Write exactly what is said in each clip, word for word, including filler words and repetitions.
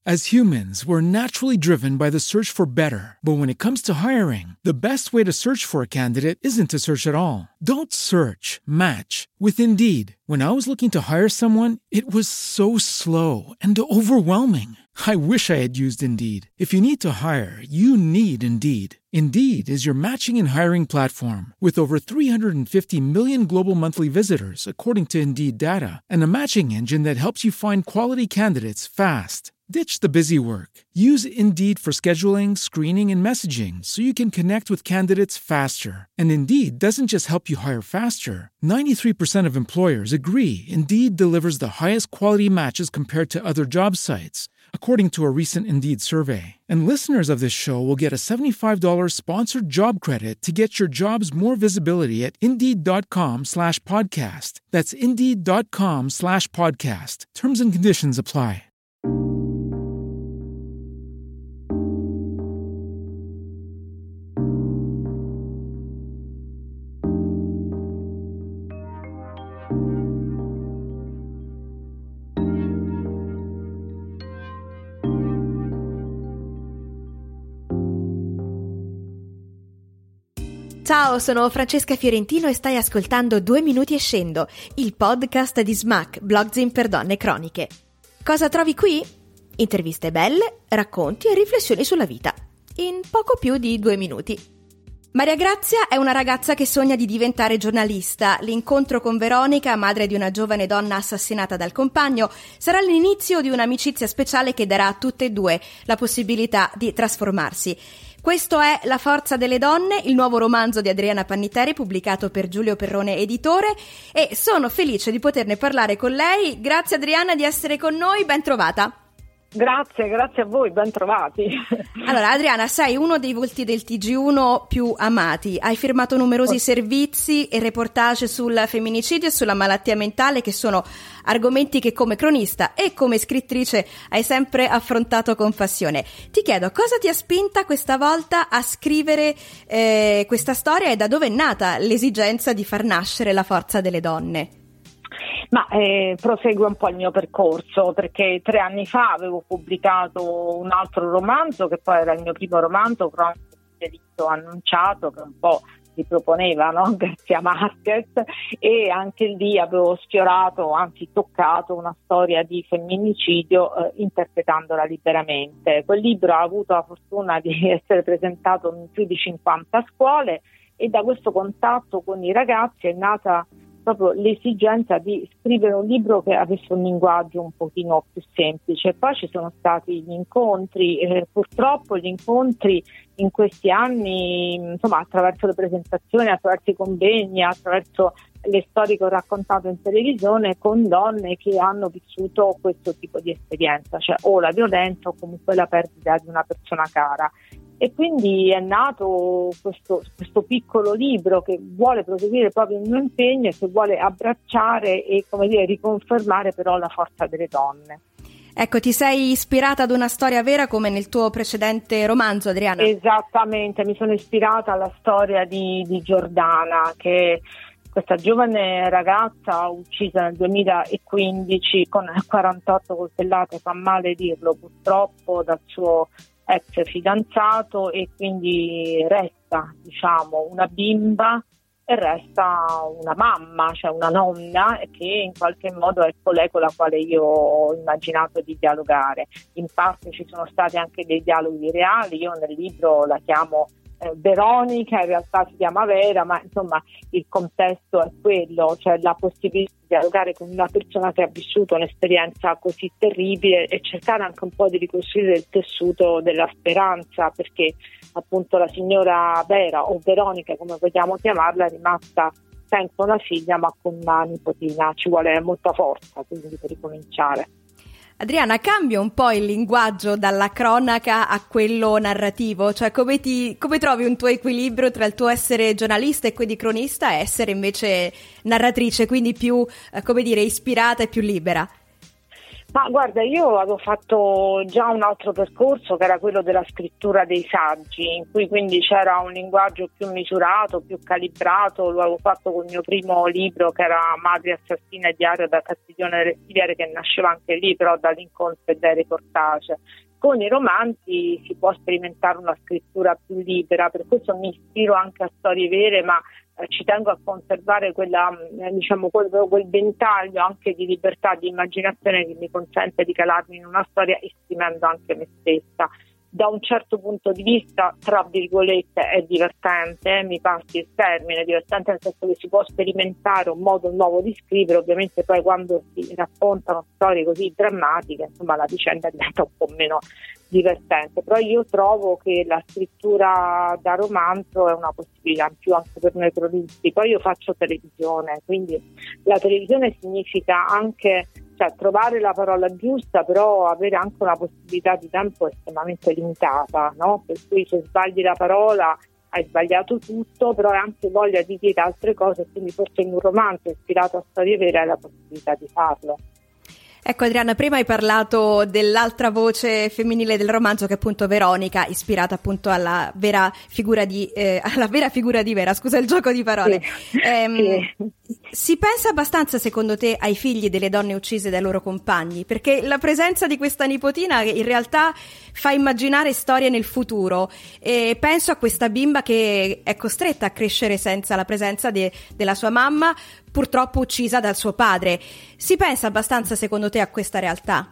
As humans, we're naturally driven by the search for better. But when it comes to hiring, the best way to search for a candidate isn't to search at all. Don't search, match with Indeed. When I was looking to hire someone, it was so slow and overwhelming. I wish I had used Indeed. If you need to hire, you need Indeed. Indeed is your matching and hiring platform with over three hundred fifty million global monthly visitors, according to Indeed data, and a matching engine that helps you find quality candidates fast. Ditch the busy work. Use Indeed for scheduling, screening, and messaging so you can connect with candidates faster. And Indeed doesn't just help you hire faster. ninety-three percent of employers agree Indeed delivers the highest quality matches compared to other job sites, according to a recent Indeed survey. And listeners of this show will get a seventy-five dollars sponsored job credit to get your jobs more visibility at Indeed.com slash podcast. That's Indeed.com slash podcast. Terms and conditions apply. Ciao, sono Francesca Fiorentino e stai ascoltando Due Minuti e Scendo, il podcast di Smack, blogzine per donne croniche. Cosa trovi qui? Interviste belle, racconti e riflessioni sulla vita, in poco più di due minuti. Maria Grazia è una ragazza che sogna di diventare giornalista. L'incontro con Veronica, madre di una giovane donna assassinata dal compagno, sarà l'inizio di un'amicizia speciale che darà a tutte e due la possibilità di trasformarsi. Questo è La forza delle donne, il nuovo romanzo di Adriana Panniteri pubblicato per Giulio Perrone Editore, e sono felice di poterne parlare con lei. Grazie Adriana di essere con noi, ben trovata. Grazie, grazie a voi, ben trovati. Allora Adriana, sei uno dei volti del T G uno più amati, hai firmato numerosi servizi e reportage sul femminicidio e sulla malattia mentale, che sono argomenti che come cronista e come scrittrice hai sempre affrontato con passione. Ti chiedo, cosa ti ha spinta questa volta a scrivere eh, questa storia e da dove è nata l'esigenza di far nascere La forza delle donne? Ma eh, prosegue un po' il mio percorso, perché tre anni fa avevo pubblicato un altro romanzo che poi era il mio primo romanzo, Cronache di delitto annunciato, che un po' riproponeva, no? Garcia Marquez, e anche lì avevo sfiorato, anzi toccato una storia di femminicidio eh, interpretandola liberamente. Quel libro ha avuto la fortuna di essere presentato in più di cinquanta scuole e da questo contatto con i ragazzi è nata proprio l'esigenza di scrivere un libro che avesse un linguaggio un pochino più semplice. Poi ci sono stati gli incontri, eh, purtroppo gli incontri in questi anni, insomma, attraverso le presentazioni, attraverso i convegni, attraverso le storie che ho raccontato in televisione con donne che hanno vissuto questo tipo di esperienza, cioè o la violenza o comunque la perdita di una persona cara. E quindi è nato questo, questo piccolo libro che vuole proseguire proprio il mio impegno e che vuole abbracciare e, come dire, riconfermare però la forza delle donne. Ecco, ti sei ispirata ad una storia vera come nel tuo precedente romanzo, Adriana? Esattamente, mi sono ispirata alla storia di, di Giordana, che questa giovane ragazza uccisa nel duemilaquindici con quarantotto coltellate, fa male dirlo purtroppo, dal suo ex fidanzato, e quindi resta, diciamo, una bimba e resta una mamma, cioè una nonna, che in qualche modo è colei con la quale io ho immaginato di dialogare. In parte ci sono stati anche dei dialoghi reali, io nel libro la chiamo eh, Veronica, in realtà si chiama Vera, ma insomma il contesto è quello, cioè la possibilità di dialogare con una persona che ha vissuto un'esperienza così terribile e cercare anche un po' di ricostruire il tessuto della speranza, perché appunto la signora Vera, o Veronica come vogliamo chiamarla, è rimasta senza una figlia ma con una nipotina. Ci vuole molta forza quindi per ricominciare. Adriana, cambia un po' il linguaggio dalla cronaca a quello narrativo, cioè come ti come trovi un tuo equilibrio tra il tuo essere giornalista e quindi cronista e essere invece narratrice, quindi più, eh, come dire, ispirata e più libera? Ma guarda, io avevo fatto già un altro percorso che era quello della scrittura dei saggi, in cui quindi c'era un linguaggio più misurato, più calibrato. Lo avevo fatto con il mio primo libro, che era Madri assassine e diario da Castiglione Rettigliere, che nasceva anche lì però dall'incontro e dai reportage. Con i romanzi si può sperimentare una scrittura più libera, per questo mi ispiro anche a storie vere, ma eh, ci tengo a conservare quella, eh, diciamo, quel, quel ventaglio anche di libertà, di immaginazione che mi consente di calarmi in una storia esprimendo anche me stessa. Da un certo punto di vista, tra virgolette, è divertente, eh, mi passi il termine, è divertente nel senso che si può sperimentare un modo nuovo di scrivere. Ovviamente poi quando si raccontano storie così drammatiche, insomma, la vicenda diventa un po' meno divertente, però io trovo che la scrittura da romanzo è una possibilità in più anche per noi cronisti. Poi io faccio televisione, quindi la televisione significa anche, cioè, trovare la parola giusta, però avere anche una possibilità di tempo estremamente limitata, no? Per cui se sbagli la parola hai sbagliato tutto, però hai anche voglia di dire altre cose, quindi forse in un romanzo ispirato a storie vere hai la possibilità di farlo. Ecco Adriana, prima hai parlato dell'altra voce femminile del romanzo, che è appunto Veronica, ispirata appunto alla vera figura di eh, alla vera figura di Vera, scusa il gioco di parole. Sì. Ehm, sì. Si pensa abbastanza, secondo te, ai figli delle donne uccise dai loro compagni? Perché la presenza di questa nipotina in realtà fa immaginare storie nel futuro, e penso a questa bimba che è costretta a crescere senza la presenza de- della sua mamma, purtroppo uccisa dal suo padre. Si pensa abbastanza, secondo te, a questa realtà?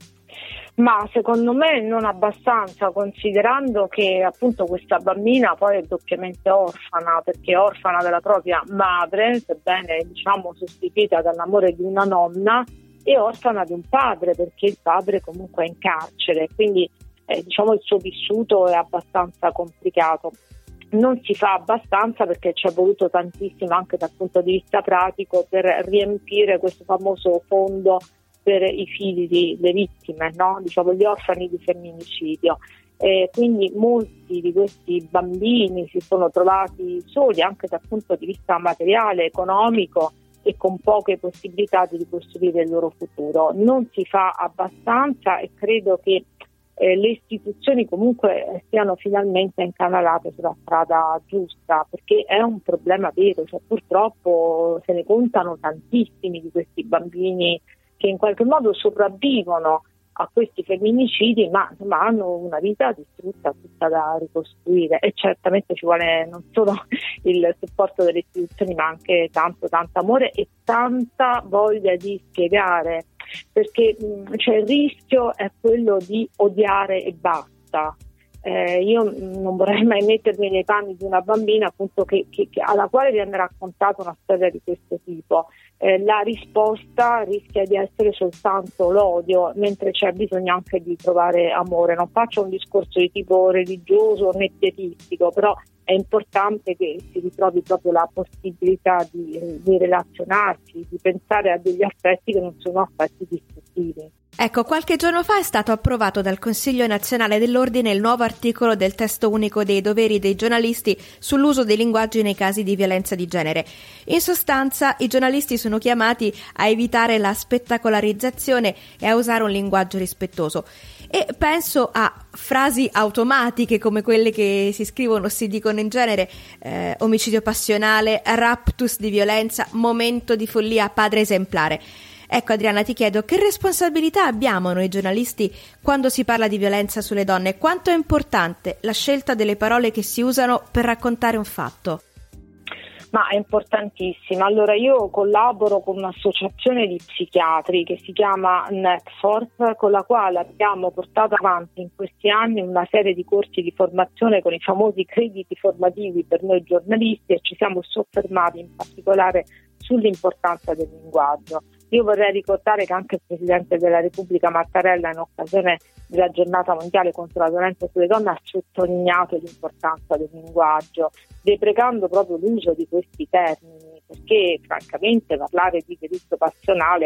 Ma secondo me non abbastanza, considerando che appunto questa bambina poi è doppiamente orfana, perché è orfana della propria madre, sebbene diciamo sostituita dall'amore di una nonna, e orfana di un padre, perché il padre comunque è in carcere, quindi eh, diciamo il suo vissuto è abbastanza complicato. Non si fa abbastanza perché ci è voluto tantissimo anche dal punto di vista pratico per riempire questo famoso fondo per i figli delle vittime, no? Diciamo gli orfani di femminicidio. Eh, quindi molti di questi bambini si sono trovati soli anche dal punto di vista materiale, economico, e con poche possibilità di ricostruire il loro futuro. Non si fa abbastanza e credo che eh, le istituzioni comunque siano finalmente incanalate sulla strada giusta, perché è un problema vero, cioè, purtroppo se ne contano tantissimi di questi bambini che in qualche modo sopravvivono a questi femminicidi, ma insomma hanno una vita distrutta, tutta da ricostruire, e certamente ci vuole non solo il supporto delle istituzioni, ma anche tanto tanto amore e tanta voglia di spiegare, perché mh, cioè, il rischio è quello di odiare e basta. Eh, io non vorrei mai mettermi nei panni di una bambina appunto che, che, che alla quale viene raccontata una storia di questo tipo. Eh, la risposta rischia di essere soltanto l'odio, mentre c'è bisogno anche di trovare amore. Non faccio un discorso di tipo religioso né pietistico, però è importante che si ritrovi proprio la possibilità di, di relazionarsi, di pensare a degli aspetti che non sono aspetti distruttivi. Ecco, qualche giorno fa è stato approvato dal Consiglio Nazionale dell'Ordine il nuovo articolo del Testo Unico dei doveri dei giornalisti sull'uso dei linguaggi nei casi di violenza di genere. In sostanza, i giornalisti sono chiamati a evitare la spettacolarizzazione e a usare un linguaggio rispettoso. E penso a frasi automatiche come quelle che si scrivono o si dicono in genere: eh, omicidio passionale, raptus di violenza, momento di follia, padre esemplare. Ecco Adriana, ti chiedo, che responsabilità abbiamo noi giornalisti quando si parla di violenza sulle donne? Quanto è importante la scelta delle parole che si usano per raccontare un fatto? Ma è importantissima. Allora, io collaboro con un'associazione di psichiatri che si chiama Netforce, con la quale abbiamo portato avanti in questi anni una serie di corsi di formazione con i famosi crediti formativi per noi giornalisti, e ci siamo soffermati in particolare sull'importanza del linguaggio. Io vorrei ricordare che anche il Presidente della Repubblica Mattarella, in occasione della giornata mondiale contro la violenza sulle donne, ha sottolineato l'importanza del linguaggio, deprecando proprio l'uso di questi termini, perché francamente parlare di delitto passionale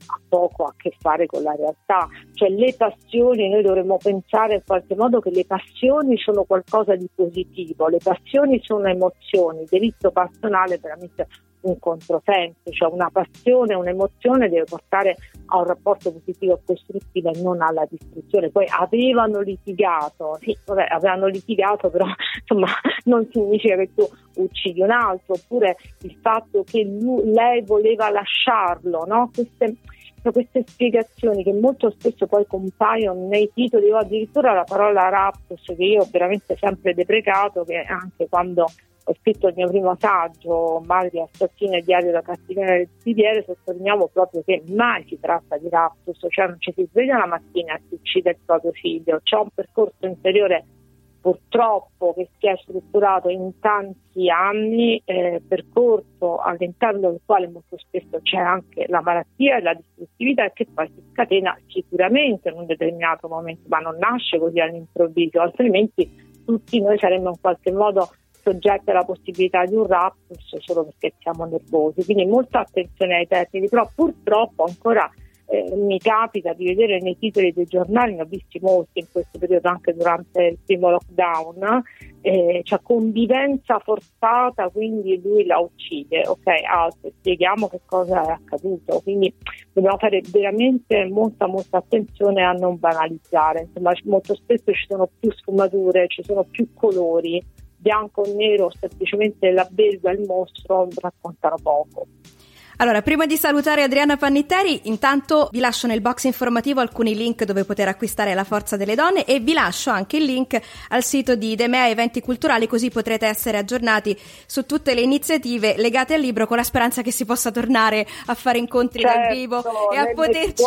ha poco a che fare con la realtà. Cioè le passioni, noi dovremmo pensare in qualche modo che le passioni sono qualcosa di positivo, le passioni sono emozioni, il diritto passionale è veramente un controsenso, cioè una passione, un'emozione deve portare a un rapporto positivo e costruttivo e non alla distruzione. Poi avevano litigato, sì, vabbè, avevano litigato, però insomma non significa che tu uccidi un altro, oppure il fatto che lui, lei voleva lasciarlo, no? Queste, queste spiegazioni che molto spesso poi compaiono nei titoli, o addirittura la parola raptus, che io ho veramente sempre deprecato, che anche quando ho scritto il mio primo saggio, Madri assassine, diario da castigato del Sidiere, sottolineavo proprio che mai si tratta di raptus, cioè non ci si sveglia la mattina e si uccide il proprio figlio, c'è un percorso interiore purtroppo che si è strutturato in tanti anni, eh, percorso all'interno del quale molto spesso c'è anche la malattia e la distruttività, e che poi si scatena sicuramente in un determinato momento, ma non nasce così all'improvviso, altrimenti tutti noi saremmo in qualche modo soggetti alla possibilità di un raptus solo perché siamo nervosi. Quindi molta attenzione ai termini, però purtroppo ancora eh, mi capita di vedere nei titoli dei giornali, ne ho visti molti in questo periodo anche durante il primo lockdown, eh, cioè convivenza forzata, quindi lui la uccide. Ok, altro, spieghiamo che cosa è accaduto, quindi dobbiamo fare veramente molta molta attenzione a non banalizzare. Insomma, molto spesso ci sono più sfumature, ci sono più colori, bianco o nero, semplicemente la belva e il mostro raccontano poco. Allora, prima di salutare Adriana Pannitteri, intanto vi lascio nel box informativo alcuni link dove poter acquistare La Forza delle Donne, e vi lascio anche il link al sito di Demea Eventi Culturali, così potrete essere aggiornati su tutte le iniziative legate al libro, con la speranza che si possa tornare a fare incontri certo, dal vivo e a poterci,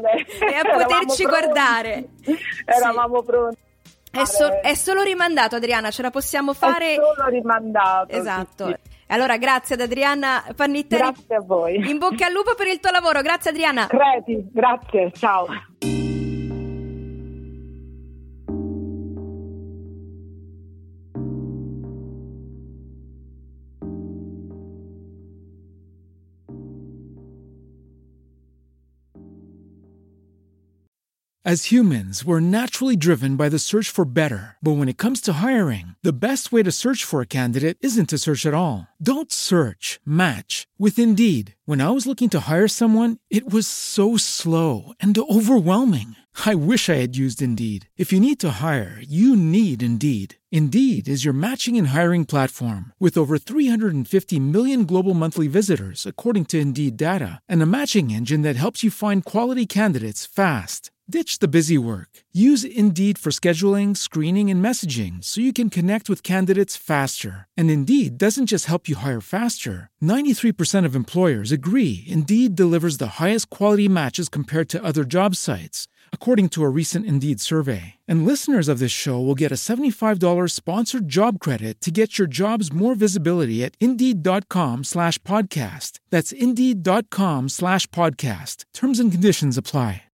e a poterci guardare. Eravamo sì. pronti. È, so- è solo rimandato, Adriana, ce la possiamo fare? È solo rimandato. Esatto. Sì, sì. Allora, grazie ad Adriana Pannitteri. Grazie a voi. In bocca al lupo per il tuo lavoro. Grazie Adriana. Creti, grazie, ciao. As humans, we're naturally driven by the search for better. But when it comes to hiring, the best way to search for a candidate isn't to search at all. Don't search, match with Indeed. When I was looking to hire someone, it was so slow and overwhelming. I wish I had used Indeed. If you need to hire, you need Indeed. Indeed is your matching and hiring platform with over three hundred fifty million global monthly visitors, according to Indeed data, and a matching engine that helps you find quality candidates fast. Ditch the busy work. Use Indeed for scheduling, screening, and messaging so you can connect with candidates faster. And Indeed doesn't just help you hire faster. ninety-three percent of employers agree Indeed delivers the highest quality matches compared to other job sites, according to a recent Indeed survey. And listeners of this show will get a seventy-five dollars sponsored job credit to get your jobs more visibility at Indeed.com slash podcast. That's Indeed.com slash podcast. Terms and conditions apply.